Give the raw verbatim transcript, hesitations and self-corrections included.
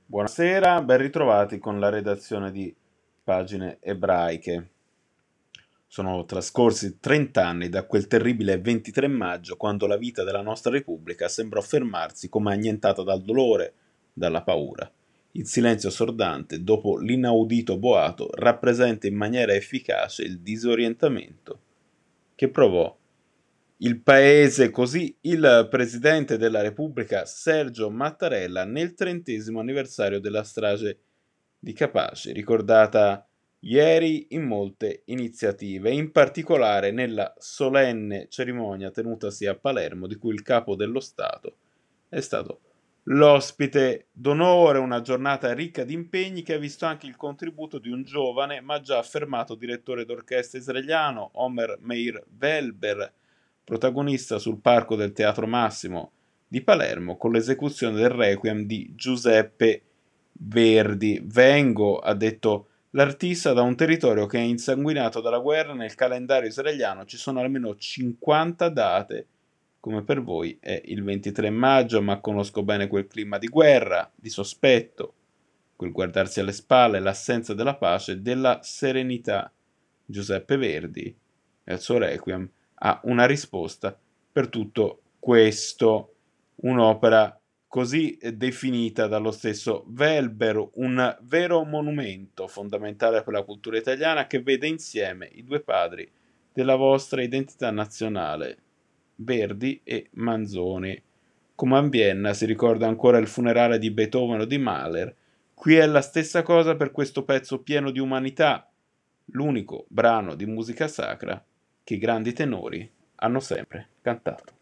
Buonasera, ben ritrovati con la redazione di Pagine Ebraiche. Sono trascorsi trenta anni da quel terribile ventitré maggio, quando la vita della nostra Repubblica sembrò fermarsi come annientata dal dolore, dalla paura. Il silenzio assordante, dopo l'inaudito boato, rappresenta in maniera efficace il disorientamento che provò il paese, così il presidente della Repubblica Sergio Mattarella nel trentesimo anniversario della strage di Capaci, ricordata ieri in molte iniziative, in particolare nella solenne cerimonia tenutasi a Palermo, di cui il capo dello Stato è stato l'ospite d'onore, una giornata ricca di impegni che ha visto anche il contributo di un giovane ma già affermato direttore d'orchestra israeliano, Omer Meir Welber, protagonista sul palco del Teatro Massimo di Palermo con l'esecuzione del Requiem di Giuseppe Verdi. Vengo, ha detto l'artista, da un territorio che è insanguinato dalla guerra. Nel calendario israeliano ci sono almeno cinquanta date, come per voi è il ventitré maggio, ma conosco bene quel clima di guerra, di sospetto, quel guardarsi alle spalle, l'assenza della pace e della serenità. Giuseppe Verdi e il suo Requiem ha una risposta per tutto questo, un'opera così definita dallo stesso Welber, un vero monumento fondamentale per la cultura italiana che vede insieme i due padri della vostra identità nazionale, Verdi e Manzoni. Come a Vienna si ricorda ancora il funerale di Beethoven o di Mahler, qui è la stessa cosa per questo pezzo pieno di umanità, l'unico brano di musica sacra che i grandi tenori hanno sempre cantato.